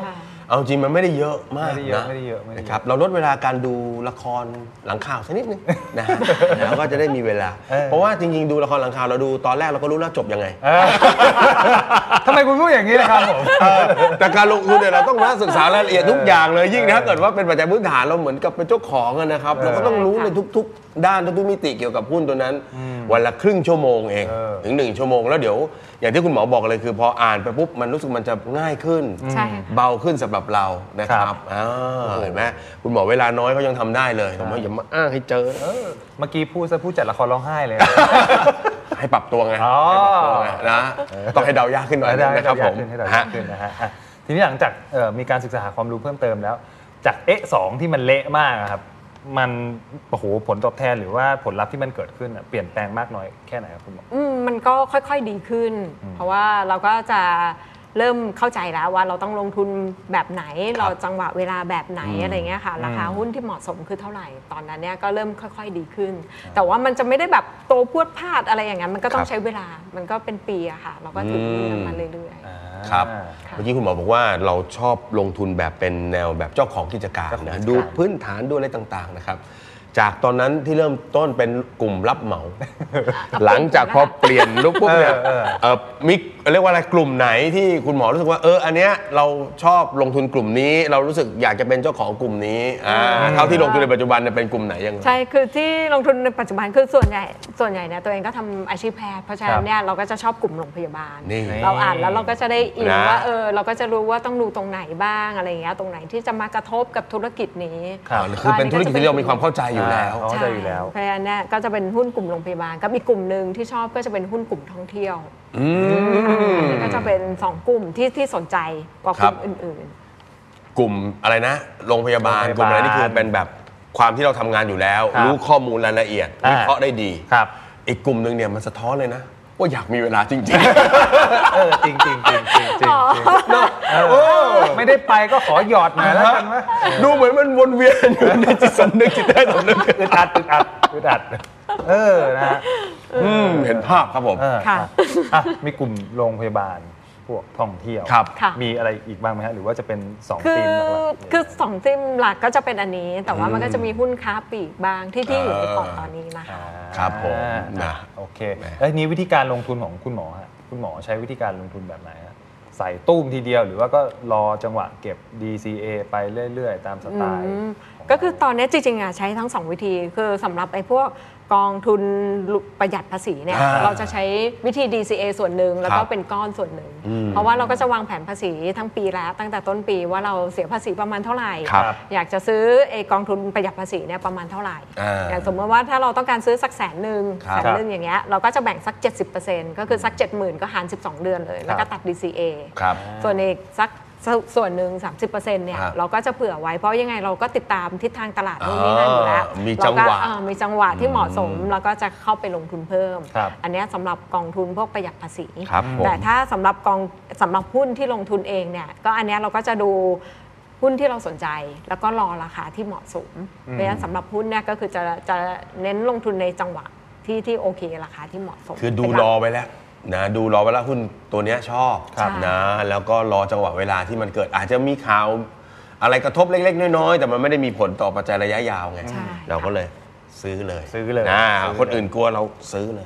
เอาจริงมันไม่ได้เยอะมากนะไม่ได้เยอะนะครับเราลดเวลาการดูละครหลังข่าวสักนิดนึงนะฮะแล้วก็จะได้มีเวลาเพราะว่าจริงๆดูละครหลังข่าวเราดูตอนแรกเราก็รู้แล้วจบยังไงทำไมคุณพูดอย่างนี้ล่ะครับผมแต่การลงทุนเนี่ยเราต้องมาศึกษารายละเอียดทุกอย่างเลยยิ่งถ้าเกิดว่าเป็นปัจจัยพื้นฐานเราเหมือนกับเป็นเจ้าของนะครับเราก็ต้องรู้ในทุกๆด้านทุกๆมิติเกี่ยวกับหุ้นตัวนั้นวันละครึ่งชั่วโมงเองถึงหนึ่งชั่วโมงแล้วเดี๋ยวอย่างที่คุณหมอบอกเลยคือพออ่านไปปุ๊บมันรู้สึกมันจะง่ายขึ้นเบาขึ้นสำหรับเรานะครับเห็นไหมคุณหมอเวลาน้อยก็ยังทำได้เลยผมว่าอย่ามาอ้างให้เจอเมื่อกี้พูดซะผู้จัดละครร้องไห้เลยให้ปรับตัวไงนะต้องให้เดายากขึ้นหน่อยนะครับผมทีนี้หลังจากมีการศึกษาความรู้เพิ่มเติมแล้วจากเอ๊ะสองที่มันเละมากครับมันโอ้โหผลตอบแทนหรือว่าผลลัพธ์ที่มันเกิดขึ้นเปลี่ยนแปลงมากน้อยแค่ไหนครับคุณหมออืมมันก็ค่อยๆดีขึ้นเพราะว่าเราก็จะเริ่มเข้าใจแล้วว่าเราต้องลงทุนแบบไหนเราจังหวะเวลาแบบไหนอะไรเงี้ยค่ะราคาหุ้นที่เหมาะสมคือเท่าไหร่ตอนนั้นเนี่ยก็เริ่มค่อยๆดีขึ้นแต่ว่ามันจะไม่ได้แบบโตพรวดพลาดอะไรอย่างนั้นมันก็ต้องใช้เวลามันก็เป็นปีอะค่ะเราก็ถึงมันเรื่อยๆครับเมื่อกี้คุณหมอบอกว่าเราชอบลงทุนแบบเป็นแนวแบบเจ้าของกิจการนะดูพื้นฐานดูอะไรต่างๆนะครับจากตอนนั้นที่เริ่มต้นเป็นกลุ่มรับเหมาหลังจากพอเปลี่ยนลุกปุ๊บเนี่ยมิกเรียกว่าอะไรกลุ่มไหนที่คุณหมอรู้สึกว่าเอออันเนี้ยเราชอบลงทุนกลุ่มนี้เรารู้สึกอยากจะเป็นเจ้าของกลุ่มนี้เท่าที่ลงทุนในปัจจุบันเนี่ยเป็นกลุ่มไหนยังไงใช่คือที่ลงทุนในปัจจุบันคือส่วนใหญ่ส่วนใหญ่เนี่ยตัวเองก็ทำอาชีพแพทย์เพราะฉะนั้นเนี่ยเราก็จะชอบกลุ่มโรงพยาบาลเราอ่านแล้วเราก็จะได้อินว่าเออเราก็จะรู้ว่าต้องดูตรงไหนบ้างอะไรอย่างเงี้ยตรงไหนที่จะมากระทบกับธุรกิจนี้คือเป็นธุรกิจที่เรามีความเข้าใจอยู่แล้วเข้าใจอยู่แล้วเพราะฉะนั้นเนี่ยก็จะเป็นหุ้นกลุ่มโรงพยาบาลกับอีกกลุ่มนึงที่ชอบก็จะเป็นหุ้นกลุ่มท่องเที่ยวนี่ก็จะเป็นสองกลุ่มที่ที่สนใจกว่ากลุ่มอื่นๆกลุ่มอะไรนะโรงพยาบาลกลุ่มอะไรนี่คือเป็นแบบความที่เราทำงานอยู่แล้วรู้ข้อมูลรายละเอียดวิเคราะห์ได้ดีอีกกลุ่มนึงเนี่ยมันสะท้อนเลยนะว่าอยากมีเวลาจริงๆเออจริงๆจริงๆจริงๆจริงๆไม่ได้ไปก็ขอหยอดหน่อยแล้วกันว่าดูเหมือนมันวนเวียนอยู่ในจิตสำนึกจิตใต้สำนึกอึดอัดอึดอัดอึดอัดเออนะฮะเห็นภาพครับผมค่ะมีกลุ่มโรงพยาบาลพวกท่องเที่ยวมีอะไรอีกบ้างไหมฮะหรือว่าจะเป็นสองธีมหลักๆคือสองธีมหลักก็จะเป็นอันนี้แต่ว่ามันก็จะมีหุ้นค้าปลีกบ้างที่ที่อยู่ในพอร์ตตอนนี้นะคะครับผมนะโอเคแล้วนี้วิธีการลงทุนของคุณหมอฮะคุณหมอใช้วิธีการลงทุนแบบไหนฮะใส่ตุ้มทีเดียวหรือว่าก็รอจังหวะเก็บ ดี ซี เอ ไปเรื่อยๆตามสไตล์ก็คือตอนนี้จริงๆอ่ะใช้ทั้งสองวิธีคือสำหรับไอ้พวกกองทุนประหยัดภาษีเนี่ยเราจะใช้วิธี ดี ซี เอ ส่วนหนึ่งแล้วก็เป็นก้อนส่วนหนึ่งเพราะว่าเราก็จะวางแผนภาษีทั้งปีแล้วตั้งแต่ต้นปีว่าเราเสียภาษีประมาณเท่าไหร่อยากจะซื้อไอ้กองทุนประหยัดภาษีเนี่ยประมาณเท่าไหร่อย่างสมมติว่าถ้าเราต้องการซื้อสักแสนหนึ่งแสนหนึ่งอย่างเงี้ยเราก็จะแบ่งสัก เจ็ดสิบเปอร์เซ็นต์ ก็คือสัก เจ็ดหมื่น ก็หารสิบสองเดือนเลยแล้วก็ตัด ดี ซี เอ ส่วนอีกสักส่วนหนึ่ง สามสิบเปอร์เซ็นต์ เนี่ยเราก็จะเผื่อไว้เพราะยังไงเราก็ติดตามทิศทางตลาดนู่นนี่นั่นอยู่แล้วมีจังหวะมีจังหวะที่เหมาะสมแล้วก็จะเข้าไปลงทุนเพิ่มอันนี้สำหรับกองทุนพวกประหยัดภาษีแต่ถ้าสำหรับกองสำหรับหุ้นที่ลงทุนเองเนี่ยก็อันนี้เราก็จะดูหุ้นที่เราสนใจแล้วก็รอราคาที่เหมาะสมเพราะฉะนั้นสำหรับหุ้นเนี่ยก็คือจะจะเน้นลงทุนในจังหวะที่ที่โอเคราคาที่เหมาะสมคือดูรอไปแล้วนะดูรอเวลาหุ้นตัวนี้ชอบนะแล้วก็รอจังหวะเวลาที่มันเกิดอาจจะมีข่าวอะไรกระทบเล็กๆน้อยๆแต่มันไม่ได้มีผลต่อปัจจัยระยะยาวไงเราก็เลยซื้อเลยซื้อเลยนะคนอื่นกลัวเราซื้อเลย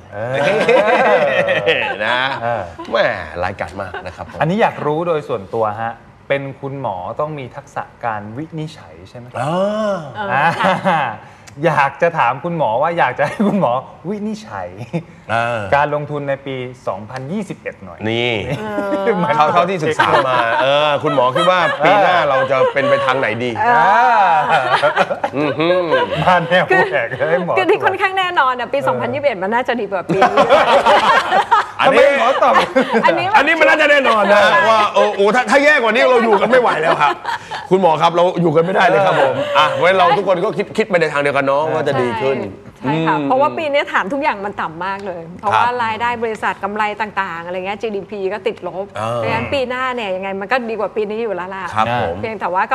นะแหมรายการมากนะครับอันนี้อยากรู้โดยส่วนตัวฮะเป็นคุณหมอต้องมีทักษะการวินิจฉัยใช่ไหมอ๋ออยากจะถามคุณหมอว่าอยากจะให้คุณหมอวินิจฉัยการลงทุนในปีสองพันยี่สิบเอ็ดหน่อยนี่เท่าเท่าที่ศึกษามาเออคุณหมอคิดว่าปีหน้าเราจะเป็นไปทางไหนดีบ้านแนวผู้แขกให้หมอคือที่ค่อนข้างแน่นอนอ่ะปีสองพันยี่สิบเอ็ดมันน่าจะดีกว่าปีนี้อันนี้หมอตอบอันนี้อันนี้มันน่าจะแน่นอนนะว่าโอ้โหถ้าถ้าแย่กว่านี้เราอยู่กันไม่ไหวแล้วครับคุณหมอครับเราอยู่กันไม่ได้เลยครับผมอ่ะไว้เราทุกคนก็คิดคิดไปในทางเดียวกันน้องก็จะดีขึ้นใช่ค่ะเพราะว่าปีนี้ฐานทุกอย่างมันต่ำมากเลยเพราะว่ารายได้บริษัทกำไรต่างๆอะไรเงี้ย จี ดี พี ก็ติดลบเพราะฉะนั้นปีหน้าเนี่ยยังไงมันก็ดีกว่าปีนี้อยู่แล้วล่ะเพียงแต่ว่าก็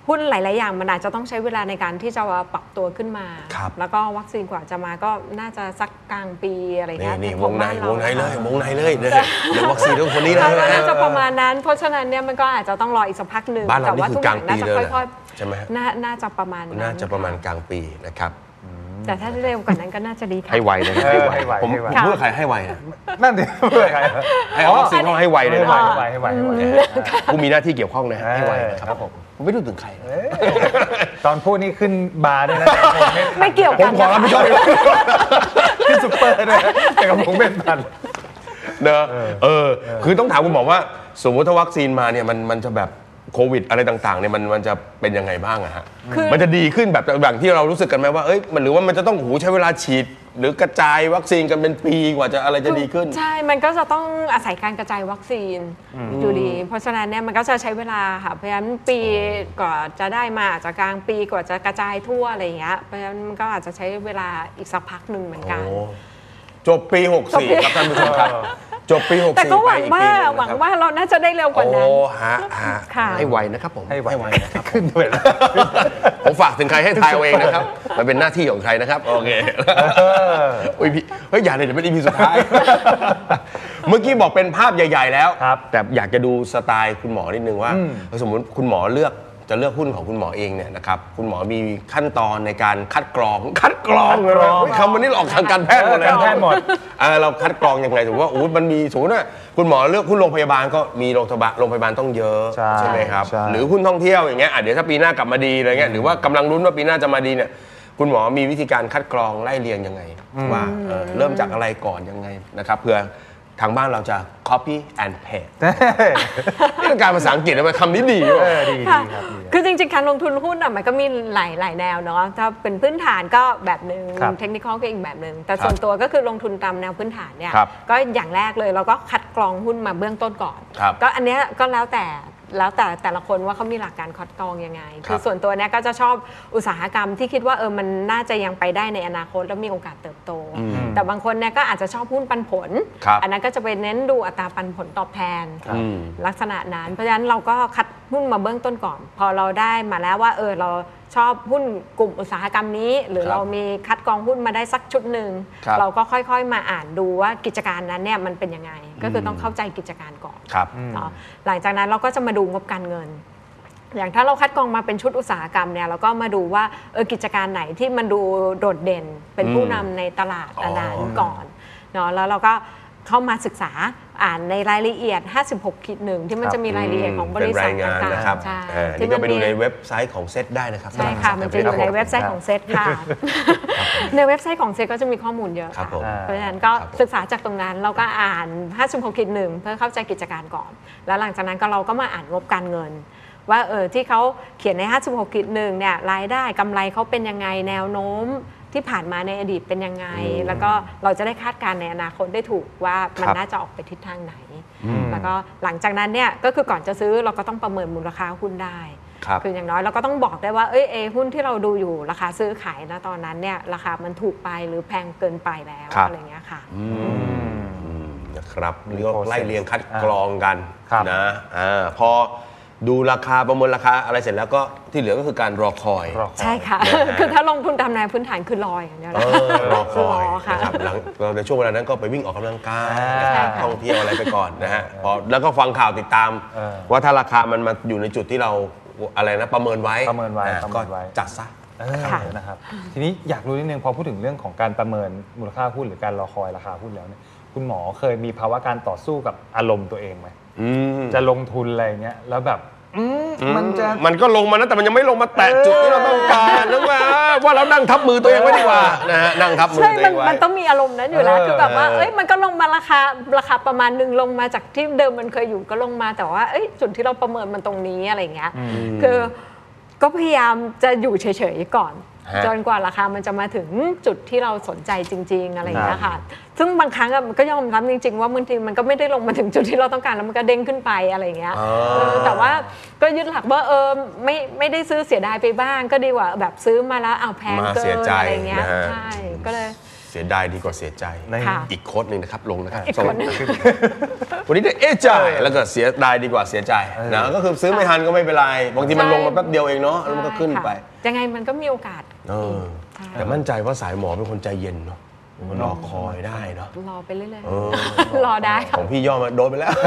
หุ้นหลายๆอย่างมันอาจจะต้องใช้เวลาในการที่จะปรับตัวขึ้นมาแล้วก็วัคซีนกว่าจะมาก็น่าจะสักกลางปีอะไรเงี้ยนี่วงในวงในเลยวงในเลยเดี๋ยววัคซีนทุกคนนี้นะน่าจะประมาณนั้นเพราะฉะนั้นเนี่ยมันก็อาจจะต้องรออีกสักพักหนึ่งแต่ว่าทุกอย่างน่าจะค่อยๆใช่ไหมน่าจะประมาณนั้นน่าจะประมาณกลางปีนะครับแต่ถ้าเร็วกว่านั้นก็น่าจะดีค่ะให้ไวเลยให้ไวให้ไวผมเพื่อใครให้ไวนั่นดิเพื่อใครให้วัคซีนเขาให้ไวเลยนะให้ไวให้ไวให้ไวผู้มีหน้าที่เกี่ยวข้องนะให้ไวครับผมผมไม่รู้ถึงใครตอนพูดนี่ขึ้นบาร์ด้วยนะไม่เกี่ยวกันผมขอรับผิดชอบขึ้นซุปเปอร์ด้วยแต่กับผมเป็นพันเนอะเออคือต้องถามคุณหมอว่าสมมติถ้าวัคซีนมาเนี่ยมันมันจะแบบโควิดอะไรต่างๆเนี่ยมันมันจะเป็นยังไงบ้างอะฮะมันจะดีขึ้นแบบแบบที่เรารู้สึกกันไหมว่าเอ้ยมันหรือว่ามันจะต้องหูใช้เวลาฉีดหรือกระจายวัคซีนกันเป็นปีกว่าจะอะไรจะดีขึ้นใช่มันก็จะต้องอาศัยการกระจายวัคซีนอยู่ดีเพราะฉะนั้นเนี่ยมันก็จะใช้เวลาค่ะเพราะฉะนั้นปีกว่าจะได้มาอาจจะกลางปีกว่าจะกระจายทั่วอะไรอย่างเงี้ยเพราะฉะนั้นมันก็อาจจะใช้เวลาอีกสักพักหนึ่งเหมือนกันจบปีหกสิบครับท่านผู้ชมครับจบปีหกสิบแต่ก็หวังว่าหวังว่าเราน่าจะได้เร็วกว่านั้นโอ้ฮะให้ไวนะครับผมให้ไวนะครับขึ้นด้วยผมฝากถึงใครให้ทายเอาเองนะครับมันเป็นหน้าที่ของใครนะครับโอเคเฮ้ยพี่เฮ้ยอย่าเลยเดี๋ยวเป็นอีพีสุดท้ายเมื่อกี้บอกเป็นภาพใหญ่ๆแล้วแต่อยากจะดูสไตล์คุณหมอนิดนึงว่าสมมติคุณหมอเลือกจะเลือกหุ้นของคุณหมอเองเนี่ยนะครับคุณหมอมีขั้นตอนในการคัดกรองคัดกรองเลยคำวันนี้ออกทางการแพทย์หมดเลยแพทย์หมดเราคัดกรองยังไงถือว่าโอ้มันมีสมมติว่าคุณหมอเลือกหุ้นโรงพยาบาลก็มีโรงพยาบาลโรงพยาบาลต้องเยอะใช่ไหมครับหรือหุ้นท่องเที่ยวอย่างเงี้ยเดี๋ยวถ้าปีหน้ากลับมาดีอะไรเงี้ยหรือว่ากำลังลุ้นว่าปีหน้าจะมาดีเนี่ยคุณหมอมีวิธีการคัดกรองไล่เรียงยังไงว่าเริ่มจากอะไรก่อนยังไงนะครับเพื่อทางบ้านเราจะ copy and paste นี่เป็นการภาษาอังกฤษนะคำนี้ดีดีครับคือจริงๆการลงทุนหุ้นมันก็มีหลายหลายแนวเนาะถ้าเป็นพื้นฐานก็แบบนึงเทคนิคก็อีกแบบนึงแต่ส่วนตัวก็คือลงทุนตามแนวพื้นฐานเนี่ยก็อย่างแรกเลยเราก็คัดกรองหุ้นมาเบื้องต้นก่อนก็อันนี้ก็แล้วแต่แล้วแต่แต่ละคนว่าเขามีหลักการคัดกรองยังไงคือส่วนตัวเนี้ยก็จะชอบอุตสาหกรรมที่คิดว่าเออมันน่าจะยังไปได้ในอนาคตแล้วมีโอกาสเติบโตแต่บางคนเนี่ยก็อาจจะชอบหุ้นปันผลอันนั้นก็จะไปเน้นดูอัตราปันผลตอบแทนลักษณะนั้นเพราะฉะนั้นเราก็คัดหุ้นมาเบื้องต้นก่อนพอเราได้มาแล้วว่าเออเราชอบหุ้นกลุ่มอุตสาหกรรมนี้หรือเรามีคัดกรองหุ้นมาได้สักชุดหนึ่งเราก็ค่อยๆมาอ่านดูว่ากิจการนั้นเนี่ยมันเป็นยังไงก็คือต้องเข้าใจกิจการก่อนเนาะหลังจากนั้นเราก็จะมาดูงบการเงินอย่างถ้าเราคัดกรองมาเป็นชุดอุตสาหกรรมเนี่ยเราก็มาดูว่าเออกิจการไหนที่มันดูโดดเด่นเป็นผู้นำในตลาดอันนั้นก่อนเนาะแล้วเราก็เข้ามาศึกษาอ่านในรายละเอียด ห้าสิบหกขีดหนึ่ง ที่มันจะมีรายละเอียดของบริษัทต่างๆนะครับที่ก็ไปดูในเว็บไซต์ของเซตได้นะครับใช่ค่ะมันจะอยู่ในเว็บไซต์ของเซตค่ะในเว็บไซต์ของเซตก็จะมีข้อมูลเยอะค่ะเพราะฉะนั้นก็ศึกษาจากตรงนั้นเราก็อ่าน ห้าสิบหกขีดหนึ่ง เพื่อเข้าใจกิจการก่อนแล้วหลังจากนั้นก็เราก็มาอ่านงบการเงินว่าเออที่เขาเขียนใน ห้าสิบหกขีดหนึ่ง เนี่ยรายได้กำไรเขาเป็นยังไงแนวโน้มที่ผ่านมาในอดีตเป็นยังไงแล้วก็เราจะได้คาดการณ์ในอนาคตได้ถูกว่ามันน่าจะออกไปทิศทางไหนแล้วก็หลังจากนั้นเนี่ยก็คือก่อนจะซื้อเราก็ต้องประเมินมูลค่าหุ้นได้คืออย่างน้อยเราก็ต้องบอกได้ว่าเอ้ยเอหุ้นที่เราดูอยู่ราคาซื้อขายนะตอนนั้นเนี่ยราคามันถูกไปหรือแพงเกินไปแล้วอะไรเงี้ยค่ะนะครับเรียกไล่เรียงคัดกรองกันนะอ่าพอดูราคาประเมินราคาอะไรเสร็จแล้วก็ที่เหลือก็คือการรอคอยใช่ค่ะคือถ้าลงทุนตามแนวพื้นฐานคือรออย่างเดียวรอคอยนะครับหลังในช่วงเวลานั้นก็ไปวิ่งออกกำลังกายท่องเที่ยวอะไรไปก่อนนะฮะพอแล้วก็ฟังข่าวติดตามว่าถ้าราคามันมาอยู่ในจุดที่เราอะไรนะประเมินไว้ประเมินไว้ก็จัดซะนะครับทีนี้อยากรู้นิดนึงพอพูดถึงเรื่องของการประเมินมูลค่าหุ้นหรือการรอคอยราคาหุ้นแล้วเนี่ยคุณหมอเคยมีภาวะการต่อสู้กับอารมณ์ตัวเองไหมจะลงทุนอะไรเงี้ยแล้วแบบมันจะมันก็ลงมานะแต่มันยังไม่ลงมาแตะจุดที่เราต้องการนึกว่าว่าเรานั่งทับมือตัวเองไว้ดีกว่านะฮะนั่งทับมือตัวเองไว้มันต้องมีอารมณ์นั้นอยู่แล้วคือแบบว่าเอ้ยมันก็ลงมาราคาราคาประมาณนึงลงมาจากที่เดิมมันเคยอยู่ก็ลงมาแต่ว่าเอ้ยจุดที่เราประเมินมันตรงนี้อะไรเงี้ยคือก็พยายามจะอยู่เฉยๆก่อนจนกว่าราคามันจะมาถึงจุดที่เราสนใจจริงๆอะไรอย่างเงี้ยค่ะซึ่งบางครั้งมันก็ยอมรับจริงๆว่าบางทีมันก็ไม่ได้ลงมาถึงจุดที่เราต้องการแล้วมันก็เด้งขึ้นไปอะไรอย่างเงี้ยแต่ว่าก็ยึดหลักว่าเออไม่ไม่ได้ซื้อเสียดายไปบ้างก็ดีกว่าแบบซื้อมาแล้วเอาแพงเกินอะไรเงี้ยใช่ก็เลยเสียดายดีกว่าเสียใจอีกโค้ดนึงนะครับลงนะครับส่งวันนี้ได้เอ๊ะใจแล้วก็เสียดายดีกว่าเสียใจนะก็คือซื้อไม่ทันก็ไม่เป็นไรบางทีมันลงมาแป๊บเดียวเองเนาะแล้วมันก็ขึ้นไปยังไงมันก็มีโอกาสแต่มั่นใจว่าสายหมอเป็นคนใจเย็นเนาะมันรอคอยได้เนาะรอไปเรื่อยๆรอได้ของพี่ย่อมาโดนไปแล้ว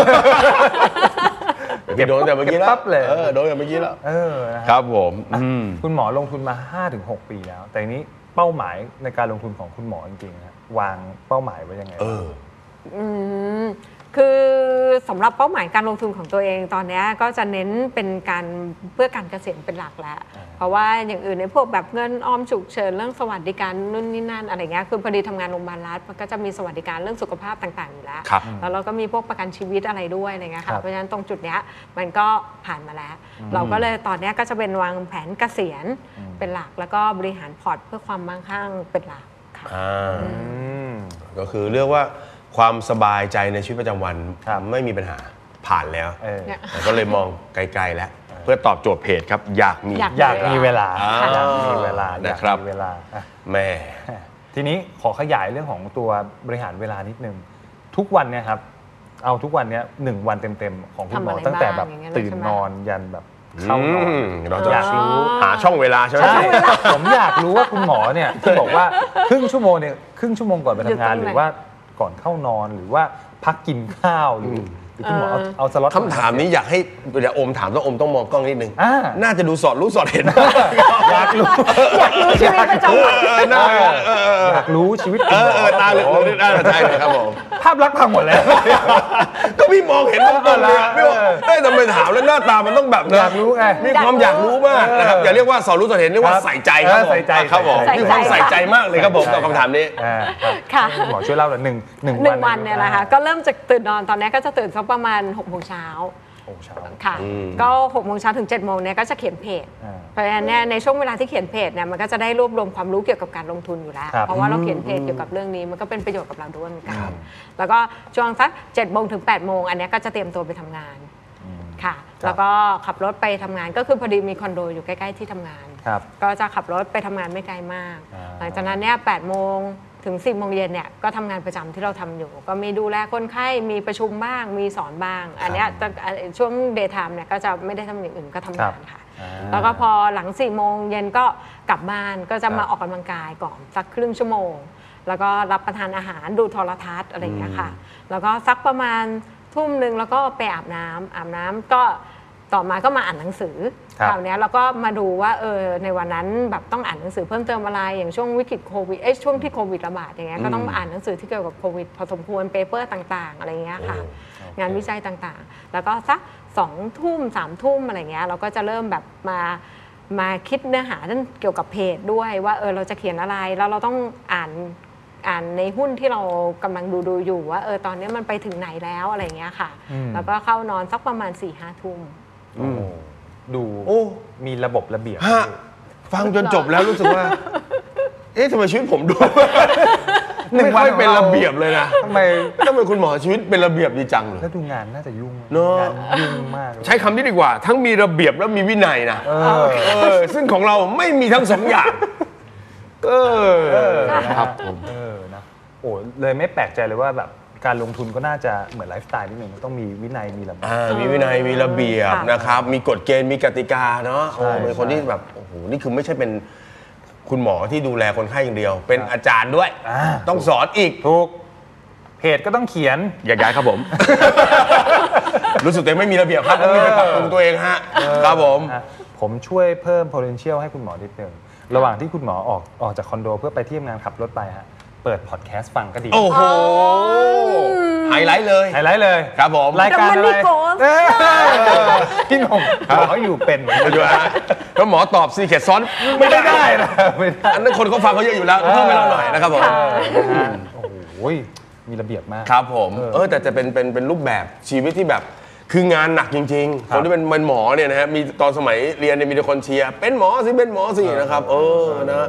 พี่โดนแต่เมื่อกี้แล้วเออโดนแต่เมื่อกี้แล้วครับผมคุณหมอลงทุนมา ห้าถึงหก ปีแล้วแต่นี้เป้าหมายในการลงทุนของคุณหมอจริงๆนะวางเป้าหมายไว้ยังไงเอออืมคือสำหรับเป้าหมายการลงทุนของตัวเองตอนนี้ก็จะเน้นเป็นการเพื่อการเกษียณเป็นหลักแล้วเพราะว่าอย่างอื่นในพวกแบบเงินออมฉุกเฉินเรื่องสวัสดิการนู่นนี่นั่นอะไรเงี้ยคือพอดีทำงานโรงพยาบาลรัฐมันก็จะมีสวัสดิการเรื่องสุขภาพต่างๆอยู่แล้วแล้วเราก็มีพวกประกันชีวิตอะไรด้วยอะไรเงี้ยค่ะเพราะฉะนั้นตรงจุดเนี้ยมันก็ผ่านมาแล้วเราก็เลยตอนนี้ก็จะเป็นวางแผนเกษียณเป็นหลักแล้วก็บริหารพอร์ตเพื่อความมั่งคั่งเป็นหลักค่ะก็คือเรียกว่าความสบายใจในชีวิตประจำวันไม่มีปัญหาผ่านแล้วก็เลยมองไกลๆแล้วเพื่อตอบโจทย์เพจครับอยากมีอยากมีเวลาอยากมีเวลานะครับเวลาแม่ทีนี้ขอขยายเรื่องของตัวบริหารเวลานิดนึงทุกวันเนี่ยครับเอาทุกวันเนี้ยหนึ่งวันเต็มๆของคุณหมอตั้งแต่แบบตื่นนอนยันแบบเข้านอนเราจะอยากรู้หาช่องเวลาใช่ไหมผมอยากรู้ว่าคุณหมอเนี่ยที่บอกว่าครึ่งชั่วโมงเนี่ยครึ่งชั่วโมงก่อนไปทำงานหรือว่าก่อนเข้านอนหรือว่าพักกินข้าวหรือคุณหมอเอาเอาสล็อตคำถามนี้อยากให้เดี๋ยวอมถามต้องอมต้องมองกล้องนิดนึงน่าจะดูสอดรู้สอดเห็นอยากรู้อยากรู้ชีวิตประจำวันอยากรู้ชีวิตเออตาเหลือกๆได้ใช่เลยครับผมภาพลักษณ์พังหมดแล้วก็พี่มองเห็นตรงๆเลยไม่ว่าเอ้ยทำไมถามแล้วหน้าตามันต้องแบบอยากรู้ไงมีความอยากรู้มากนะครับอย่าเรียกว่าสอดรู้สอดเห็นเรียกว่าใส่ใจครับใส่ใจครับผมมีความใส่ใจมากเลยครับผมกับคำถามนี้ค่ะหมอช่วยเล่าหน่อยหนึ่งหนึ่งวันเนี่ยนะคะก็เริ่มจากตื่นนอนตอนนี้ก็จะตื่นสักประมาณหกโมงเช้าค่ะก็หกโมงเช้าถึงเจ็ดโมงเนี่ยก็จะเขียนเพจเพราะฉะนั้นในช่วงเวลาที่เขียนเพจเนี่ยมันก็จะได้รวบรวมความรู้เกี่ยวกับการลงทุนอยู่แล้วเพราะว่าเราเขียนเพจเกี่ยวกับเรื่องนี้มันก็เป็นประโยชน์กับเราด้วยเหมือนกันแล้วก็ช่วงสักเจ็ดโมงถึงแปดโมงอันนี้ก็จะเตรียมตัวไปทำงานค่ะแล้วก็ขับรถไปทำงานก็คือพอดีมีคอนโดอยู่ใกล้ๆที่ทำงานก็จะขับรถไปทำงานไม่ไกลมากหลังจากนั้นเนี่ยแปดโมงถึงสิบโมงเย็นเนี่ยก็ทำงานประจำที่เราทำอยู่ก็มีดูแลคนไข้มีประชุมบ้างมีสอนบ้างอันนี้ช่วงเดย์ไทม์เนี่ยก็จะไม่ได้ทำอย่างอื่นก็ทำงานค่ะแล้วก็พอหลังสี่โมงเย็นก็กลับบ้านก็จะมาออกกำลังกายก่อนสักครึ่งชั่วโมงแล้วก็รับประทานอาหารดูโทรทัศน์อะไรอย่างเงี้ยค่ะแล้วก็สักประมาณทุ่มนึงแล้วก็ไปอาบน้ำอาบน้ำก็ต่อมาก็มาอ่านหนังสือคราวนี้เราก็มาดูว่าเออในวันนั้นแบบต้องอ่านหนังสือเพิ่มเติมอะไรอย่างช่วงวิกฤตโควิดเอ้ช่วงที่โควิดระบาดอย่างเงี้ยก็ต้องอ่านหนังสือที่เกี่ยวกับโควิดพอสมควรเปเปอร์ต่างๆอะไรเงี้ยค่ะงานวิจัยต่างๆแล้วก็สักสองทุ่มสามทุ่มอะไรเงี้ยเราก็จะเริ่มแบบมามาคิดเนื้อหาเกี่ยวกับเพจด้วยว่าเออเราจะเขียนอะไรแล้วเราต้องอ่านอ่านในหุ้นที่เรากำลังดูดูอยู่ว่าเออตอนนี้มันไปถึงไหนแล้วอะไรเงี้ยค่ะแล้วก็เข้านอนสักประมาณสี่ห้าทุ่มดูมีระบบระเบียบฟังจนจบแล้วรู้สึกว่าเอ๊ะทำไมชีวิตผมดูไม่ค่อยเป็นระเบียบเลยนะทำไมทำไมคุณหมอชีวิตเป็นระเบียบดีจังเลยแล้วดูงานน่าจะยุ่งงานยุ่งมากใช้คำนี้ดีกว่าทั้งมีระเบียบแล้วมีวินัยนะซึ่งของเราไม่มีทั้งสองอย่างเออครับผมเออนะโอ้เลยไม่แปลกใจเลยว่าแบบการลงทุนก็น่าจะเหมือนไลฟ์สไตล์นิดนึงต้องมีวินัยมีระเบียบมีวินัยมีระเบียบนะครับมีกฎเกณฑ์มีกติกาเนาะโอ้เป็นคนที่แบบโอ้โหนี่คือไม่ใช่เป็นคุณหมอที่ดูแลคนไข้อย่างเดียวเป็นอาจารย์ด้วยต้องสอนอีกถูกเพจก็ต้องเขียนอยากย้ายครับผมรู้สึกตัวเองไม่มีระเบียบครับต้องมีไปปรับปรุงตัวเองฮะครับผมผมช่วยเพิ่ม potential ให้คุณหมอนิดนึงระหว่างที่คุณหมอออกออกจากคอนโดเพื่อไปที่ทำงานขับรถไปฮะเปิดพอดแคสต์ฟังก็ดีโอ้โหไฮไลท์เลยไฮไลท์เลยครับผมรายการอะไรพี่หนุ่มเขาอยู่เป็นแล้วหมอตอบซีเคทซ้อนไม่ได้นะอันนั้นคนเขาฟังเขาเยอะอยู่แล้วเพิ่มให้เราหน่อยนะครับผมโอ้ยมีระเบียบมากครับผมเออแต่จะเป็นเป็นเป็นรูปแบบชีวิตที่แบบคืองานหนักจริงๆคนที่เป็นเป็นหมอเนี่ยนะฮะมีตอนสมัยเรียนเนี่ยมีแต่คนเชียร์เป็นหมอสิเป็นหมอสินะครับเออนะเ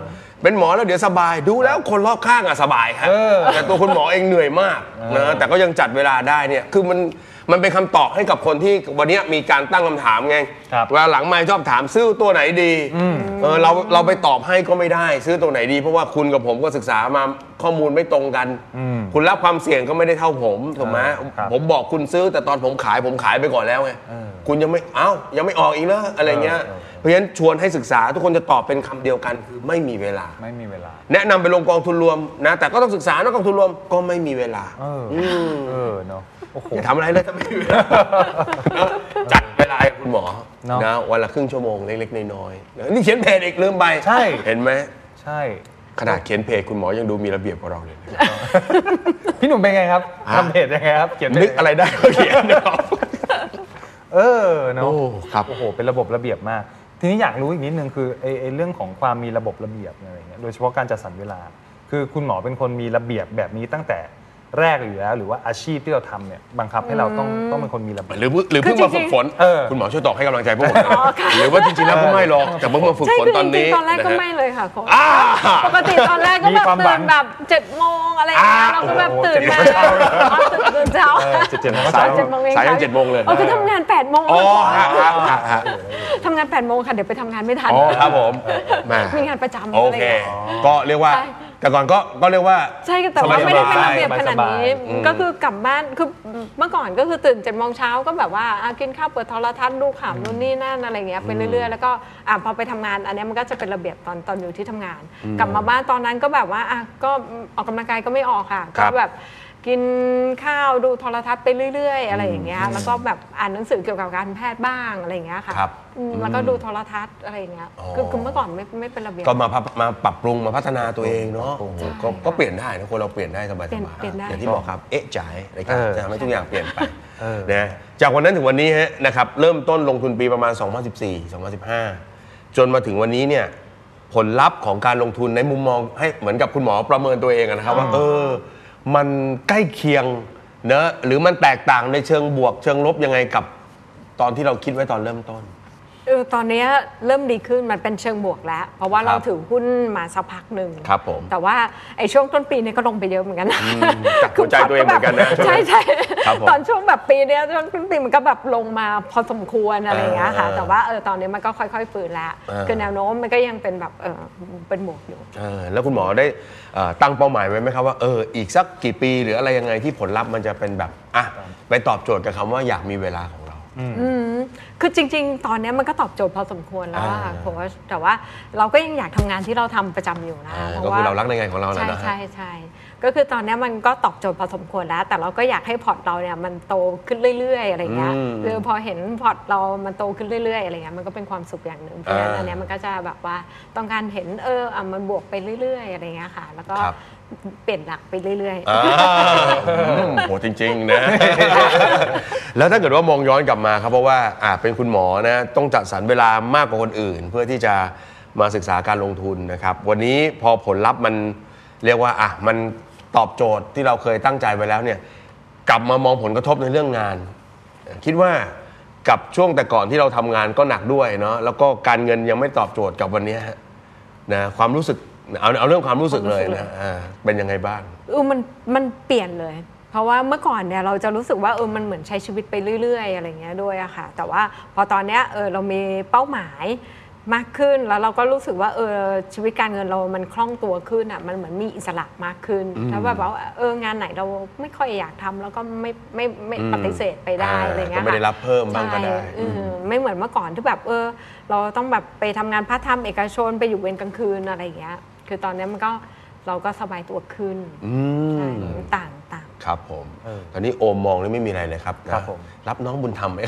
เป็นหมอแล้วเดี๋ยวสบายดูแล้วคนรอบข้างอะสบายครับแต่ตัวคุณหมอเองเหนื่อยมากนะแต่ก็ยังจัดเวลาได้เนี่ยคือมันมันเป็นคำตอบให้กับคนที่วันนี้มีการตั้งคำถามไงเวลาหลังไมค์ชอบถามซื้อตัวไหนดีเออเราเราไปตอบให้ก็ไม่ได้ซื้อตัวไหนดีเพราะว่าคุณกับผมก็ศึกษามาข้อมูลไม่ตรงกันคุณรับความเสี่ยงก็ไม่ได้เท่าผมถูกไหมผมบอกคุณซื้อแต่ตอนผมขายผมขายไปก่อนแล้วไงคุณยังไม่เอ้ายังไม่ออกอีกนะอะไรเงี้ยเพราะฉะนั้นชวนให้ศึกษาทุกคนจะตอบเป็นคำเดียวกันคือไม่มีเวลาไม่มีเวลาแนะนำไปลงกองทุนรวมนะแต่ก็ต้องศึกษานะกองทุนรวมก็ไม่มีเวลาเออเออเนาะอย่าทำอะไรเลยถ้าไม่มีเวลาจัดเวลาให้คุณหมอนะวันละครึ่งชั่วโมงเล็กๆน้อยๆนี่เขียนเพจอีกลืมไปใช่เห็นไหมใช่ขนาดเขียนเพจคุณหมอยังดูมีระเบียบกว่าเราเลยพี่หนุ่มเป็นไงครับทำเพจยังไงครับเขียนนึกอะไรได้ก็เขียนเออเนาะโอ้ครับโอ้โหเป็นระบบระเบียบมากทีนี้อยากรู้อีกนิดนึงคือไอ้ไอ้เรื่องของความมีระบบระเบียบอะไรเงี้ยโดยเฉพาะการจัดสรรเวลาคือคุณหมอเป็นคนมีระเบียบแบบนี้ตั้งแต่แรกอยู่แล้วหรือว่าอาชีพที่เราทำเนี่ยบังคับให้เราต้องต้องเป็นคนมีระเบียบหรือหรือเพิ่งมาฝึกฝนคุณหมอช่วยตอบให้กำลังใจพวกผมหรือว่าจริงๆแล้วก็ไม่หรอกแต่เพิ่งมาฝึกฝนตอนนี้ตอนแรกก็ไม่เลยค่ะปกติตอนแรกก็แบบตื่นแบบเจ็ดโมงอะไรอย่างเงี้ยเราก็แบบตื่นมาตื่นเช้าเจ็ดโมงสายเจ็ดโมงสายเจ็ดโมงเลยอ๋อคือทำงานแปดโมงอ๋อทำงานแปดโมงค่ะเดี๋ยวไปทำงานไม่ทันอ๋อครับผมมีงานประจำโอเคก็เรียกว่าแต่ก่อนก็ก็เรียกว่าใช่แต่ว่าไม่ได้เป็นระเบียบขนาดนี้ก็คือกลับบ้านคือเมื่อก่อนก็คือตื่นเจ็ดโมงเช้าก็แบบว่ากินข้าวเปิดโทรทัศน์ดูข่าวนู่นนี่นั่นอะไรเงี้ยไปเรื่อยๆแล้วก็พอไปทำงานอันนี้มันก็จะเป็นระเบียบตอนตอนอยู่ที่ทำงานกลับมาบ้านตอนนั้นก็แบบว่าอ่ะก็ออกกำลังกายก็ไม่ออกค่ะก็แบบกินข้าวดูโทรทัศน์ไปเรื่อยๆอะไรอย่างเงี้ยแล้วก็แบบอ่านหนังสือเกี่ยวกับการแพทย์บ้างอะไรอย่างเงี้ยค่ะแล้วก็ดูโทรทัศน์อะไรอย่างเงี้ยคือเมื่อก่อนไม่ไม่เป็นระเบียบก็มามาปรับปรุงมาพัฒนาตัวเองเนาะก็ก็เปลี่ยนได้นะคนเราเปลี่ยนได้สบายๆอย่างที่บอกครับเอ๊ะจ่ายอะไรกันจะทำให้ทุกอย่างเปลี่ยนไปนะจากวันนั้นถึงวันนี้ฮะนะครับเริ่มต้นลงทุนปีประมาณสองพันสิบสี่ สองพันสิบห้าจนมาถึงวันนี้เนี่ยผลลัพธ์ของการลงทุนในมุมมองให้เหมือนกับคุณหมอประเมินตัวเองนะครับว่าเออมันใกล้เคียงเนอะหรือมันแตกต่างในเชิงบวกเชิงลบยังไงกับตอนที่เราคิดไว้ตอนเริ่มต้นเออตอนนี้เริ่มดีขึ้นมันเป็นเชิงบวกแล้วเพราะว่าเราถือหุ้นมาสักพักหนึ่งครับผมแต่ว่าไอ้ช่วงต้นปีนี้ก็ลงไปเยอะเหมือนกันจับหัวใจตัวเองเหมือนกันนะใช่ใช่ตอนช่วงแบบปีนี้ช่วงต้นปีมันก็แบบลงมาพอสมควรอะไรอย่างเงี้ยค่ะแต่ว่าเออตอนนี้มันก็ค่อยๆฟื้นแล้วคือแนวโน้มมันก็ยังเป็นแบบเออเป็นบวกอยู่แล้วคุณหมอได้ตั้งเป้าหมายไว้ไหมครับว่าเอออีกสักกี่ปีหรืออะไรยังไงที่ผลลัพธ์มันจะเป็นแบบอ่ะไปตอบโจทย์กับคำว่าอยากมีเวลาของเราคือจริงๆตอนนี้มันก็ตอบโจทย์พอสมควรแล้วค่ะโค้ชแต่ว่าเราก็ยังอยากทำงานที่เราทำประจำอยู่นะเพราะว่าก็คือเรารักในงานของเราใช่ใช่ใช่ก็คือตอนนี้มันก็ตอบโจทย์พอสมควรแล้วแต่เราก็อยากให้พอร์ตเราเนี่ยมันโตขึ้นเรื่อยๆอะไรเงี้ยคือพอเห็นพอร์ตเรามันโตขึ้นเรื่อยๆอะไรเงี้ยมันก็เป็นความสุขอย่างหนึ่งเพราะฉะนั้นอันนี้มันก็จะแบบว่าต้องการเห็นเอออ่ะมันบวกไปเรื่อยๆอะไรเงี้ยค่ะแล้วก็เปลี่ยนหลักไปเรื่อยๆโหจริงๆนะแล้วถ้าเกิดว่ามองย้อนกลับมาครับเพราะว่าอ่าเป็นคุณหมอนะต้องจัดสรรเวลามากกว่าคนอื่นเพื่อที่จะมาศึกษาการลงทุนนะครับวันนี้พอผลลัพธ์มันเรียกว่าอ่ะมันตอบโจทย์ที่เราเคยตั้งใจไว้แล้วเนี่ยกลับมามองผลกระทบในเรื่องงานคิดว่ากับช่วงแต่ก่อนที่เราทำงานก็หนักด้วยเนาะแล้วก็การเงินยังไม่ตอบโจทย์กับวันนี้นะความรู้สึกเอาเอาเรื่องความรู้สึกเลยนะเป็นยังไงบ้างเออมันมันเปลี่ยนเลยเพราะว่าเมื่อก่อนเนี่ยเราจะรู้สึกว่าเออมันเหมือนใช้ชีวิตไปเรื่อยๆอะไรเงี้ยด้วยอะค่ะแต่ว่าพอตอนเนี้ยเออเรามีเป้าหมายมากขึ้นแล้วเราก็รู้สึกว่าเออชีวิตการเงินเรามันคล่องตัวขึ้นอ่ะมันเหมือนมีอิสระมากขึ้นแล้วแบบว่าเอองานไหนเราไม่ค่อยอยากทำแล้วก็ไม่ไม่ไม่ปฏิเสธไปได้อะไรเงี้ยค่ะไม่ได้รับเพิ่มบ้างก็ได้ไม่เหมือนเมื่อก่อนที่แบบเออเราต้องแบบไปทำงานพาร์ทไทม์เอกชนไปอยู่เวรกลางคืนอะไรเงี้ยคือตอนนี้มันก็เราก็สบายตัวขึ้นต่างต่างครับผมตอนนี้โอมมองนี่ไม่มีอะไรเลยครับครับผมรับน้องบุญธรรมไหม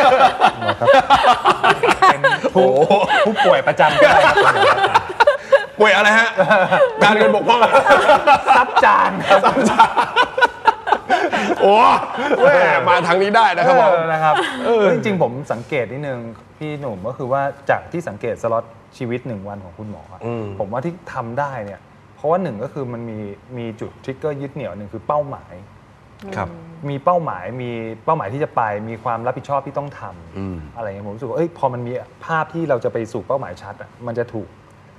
เป็นผู้ผู้ป่วยประจำก็ได้ป่วยอะไรฮะการเงินบกพร่องซับจานครับซับจานโอ้แม่มาทางนี้ได้นะครับผมนะครับจริงๆผมสังเกตนิดนึงพี่หนุ่มก็คือว่าจากที่สังเกตสล็อตชีวิตหนึ่งวันของคุณหมอผมว่าที่ทำได้เนี่ยเพราะว่าหนึ่งก็คือมันมีมีจุดทริกเกอร์ยึดเหนี่ยวหนึ่งคือเป้าหมายครับมีเป้าหมายมีเป้าหมายที่จะไปมีความรับผิดชอบที่ต้องทำอะไรเงี้ยผมรู้สึกว่าเอ้ยพอมันมีภาพที่เราจะไปสู่เป้าหมายชัดอ่ะมันจะถูก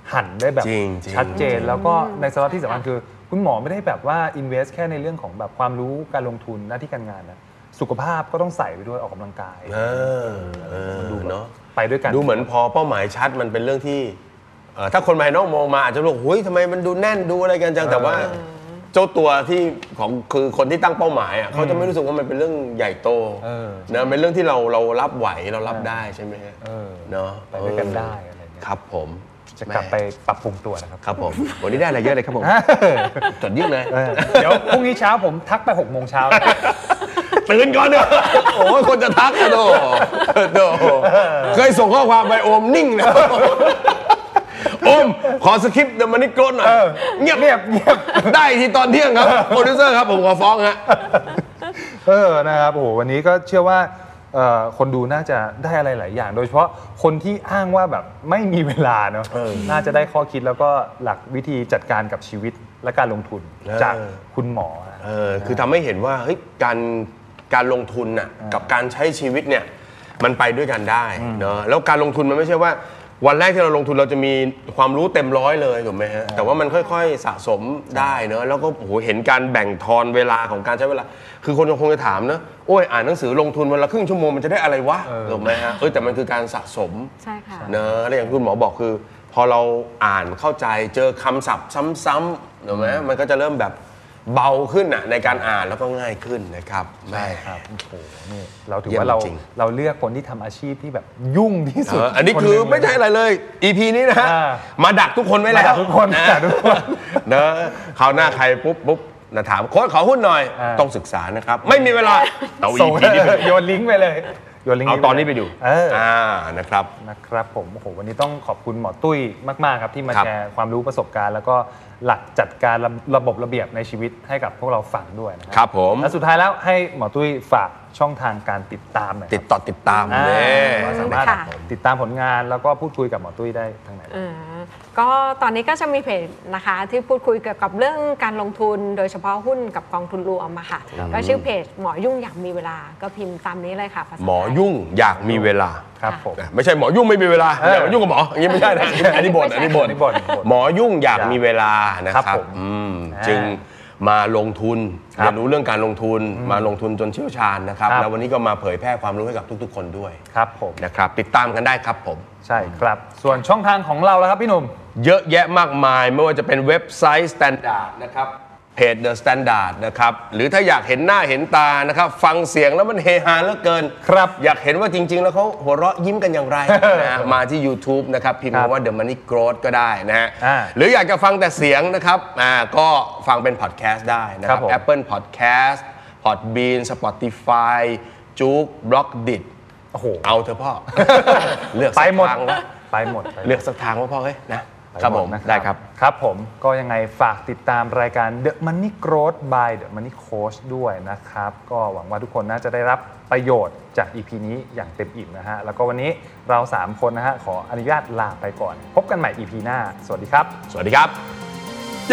หั่นได้แบบชัดเจนแล้วก็ในสาระที่สำคัญคือคุณหมอไม่ได้แบบว่า invest แค่ในเรื่องของแบบความรู้การลงทุนหน้าที่การงานนะสุขภาพก็ต้องใส่ไปด้วยออกกำลังกายเออเออเนาะไปด้วยกันดูเหมือนพอเป้าหมายชัดมันเป็นเรื่องที่ถ้าคนภายนอกมองมาอาจจะรู้เฮ้ยทำไมมันดูแน่นดูอะไรกันจังแต่ว่าเจ้าตัวที่ของคือคนที่ตั้งเป้าหมายอ่ะเขาจะไม่รู้สึกว่ามันเป็นเรื่องใหญ่โตนะเป็นเรื่องที่เราเรารับไหวเรารับได้ใช่ไหมฮะเนาะไปด้วยกันได้อะไรเงี้ยครับผมจะกลับไปปรับปรุงตัวนะครับครับผมวันนี้ได้อะไรเยอะเลยครับผมจดยิ่งเลยเดี๋ยวพรุ่งนี้เช้าผมทักไปหกโมงเช้าตื่นก่อนเนอะโอ้คนจะทักกันโดโดเคยส่งข้อความไปโอมนิ่งนะโอมขอสคริปต์เดอะมันนี่โกรธหน่อยเงียบเงียบเงียบได้ทีตอนเที่ยงครับโปรดิวเซอร์ครับผมขอฟ้องฮะเออนะครับโอ้โหวันนี้ก็เชื่อว่าคนดูน่าจะได้อะไรหลายอย่างโดยเฉพาะคนที่อ้างว่าแบบไม่มีเวลาเนาะน่าจะได้ข้อคิดแล้วก็หลักวิธีจัดการกับชีวิตและการลงทุนจากคุณหมอเออคือทำให้เห็นว่าเฮ้ยการการลงทุนน่ะกับการใช้ชีวิตเนี่ยมันไปด้วยกันได้เนาะแล้วการลงทุนมันไม่ใช่ว่าวันแรกที่เราลงทุนเราจะมีความรู้เต็มร้อยเลยถูกไหมฮะแต่ว่ามันค่อยๆสะสมได้เนอะแล้วก็โอ้โหเห็นการแบ่งทอนเวลาของการใช้เวลาคือคนคงจะถามนะโอ้ยอ่านหนังสือลงทุนวันละครึ่งชั่วโมงมันจะได้อะไรวะถูกไหมฮะเออแต่มันคือการสะสมใช่ค่ะเนอะแล้วอย่างคุณหมอบอกคือพอเราอ่านเข้าใจเจอคำศัพท์ซ้ำๆถูกไหมมันก็จะเริ่มแบบเบาขึ้นอ่ะในการอ่านแล้วก็ง่ายขึ้นนะครับใช่ครับโอ้โหนี่เราถือว่าเราเราเลือกคนที่ทำอาชีพที่แบบยุ่งที่สุดอันนี้คือไม่ใช่อะไรเลย อี พี นี้นะฮะมาดักทุกคนไว้แล้วมาดักทุกคนนะทุกคนเนอะคราวหน้าใครปุ๊บปุ๊บนะถามโค้ชขอหุ้นหน่อยต้องศึกษานะครับไม่มีเวลาเอา อี พี นี้โยนลิงก์ไปเลยโยนลิงก์เอาตอนนี้ไปดูอ่านะครับนะครับผมโอ้โหวันนี้ต้องขอบคุณหมอตุ้ยมากๆครับที่มาแชร์ความรู้ประสบการณ์แล้วก็หลักจัดการระบบระเบียบในชีวิตให้กับพวกเราฟังด้วยนะครับผมและสุดท้ายแล้วให้หมอตุ้ยฝากช่องทางการติดตามหน่อยติดต่อติดตามเนี่ยสามารถติดตามผลงานแล้วก็พูดคุยกับหมอตุ้ยได้ทางไหนก็ตอนนี้ก็จะมีเพจนะคะที่พูดคุยเกี่ยวกับเรื่องการลงทุนโดยเฉพาะหุ้นกับกองทุนรวมอะค่ะก็ชื่อเพจหมอยุ่งอยากมีเวลาก็พิมพ์ตามนี้เลยค่ะหมอยุ่งอยากมีเวลาครับผมไม่ใช่หมอยุ่งไม่มีเวลาอย่ามายุ่งกับหมออย่างนี้ไม่ใช่นะอันนี้บ่นอันนี้บ่นหมอยุ่งอยากมีเวลานะครับจึงมาลงทุนเรียนรู้เรื่องการลงทุนมาลงทุนจนเชี่ยวชาญนะครับแล้ววันนี้ก็มาเผยแพร่ความรู้ให้กับทุกๆคนด้วยครับผมนะครับติดตามกันได้ครับผมใช่ครับส่วนช่องทางของเราแล้วครับพี่หนุ่มเยอะแยะมากมายไม่ว่าจะเป็นเว็บไซต์ Standard นะครับเพจ The Standard นะครับหรือถ้าอยากเห็นหน้าเห็นตานะครับฟังเสียงแล้วมันเฮฮาเหลือเกินครับอยากเห็นว่าจริงๆแล้วเขาหัวเราะยิ้มกันอย่างไรนะมาที่ YouTube นะครับพิมพ์คำว่า The Money Growth ก็ได้นะฮะหรืออยากจะฟังแต่เสียงนะครับอ่าก็ฟังเป็นพอดแคสต์ได้นะครับ Apple Podcast Podbean Spotify Juke Blockdit โอ้โหเอาเถอะพ่อเลือกไปหมดไปหมดเลือกสักทางว่าพ่อเฮ้ยนะครับผมได้ครับครับผมก็ยังไงฝากติดตามรายการ The Money Growth by The Money Coach ด้วยนะครับก็หวังว่าทุกคนน่าจะได้รับประโยชน์จาก อี พี นี้อย่างเต็มอิ่มนะฮะแล้วก็วันนี้เราสามคนนะฮะขออนุญาตลาไปก่อนพบกันใหม่ อี พี หน้าสวัสดีครับสวัสดีครับเย้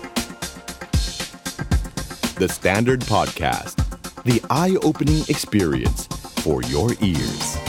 The Standard Podcast The Eye-Opening Experience for Your Ears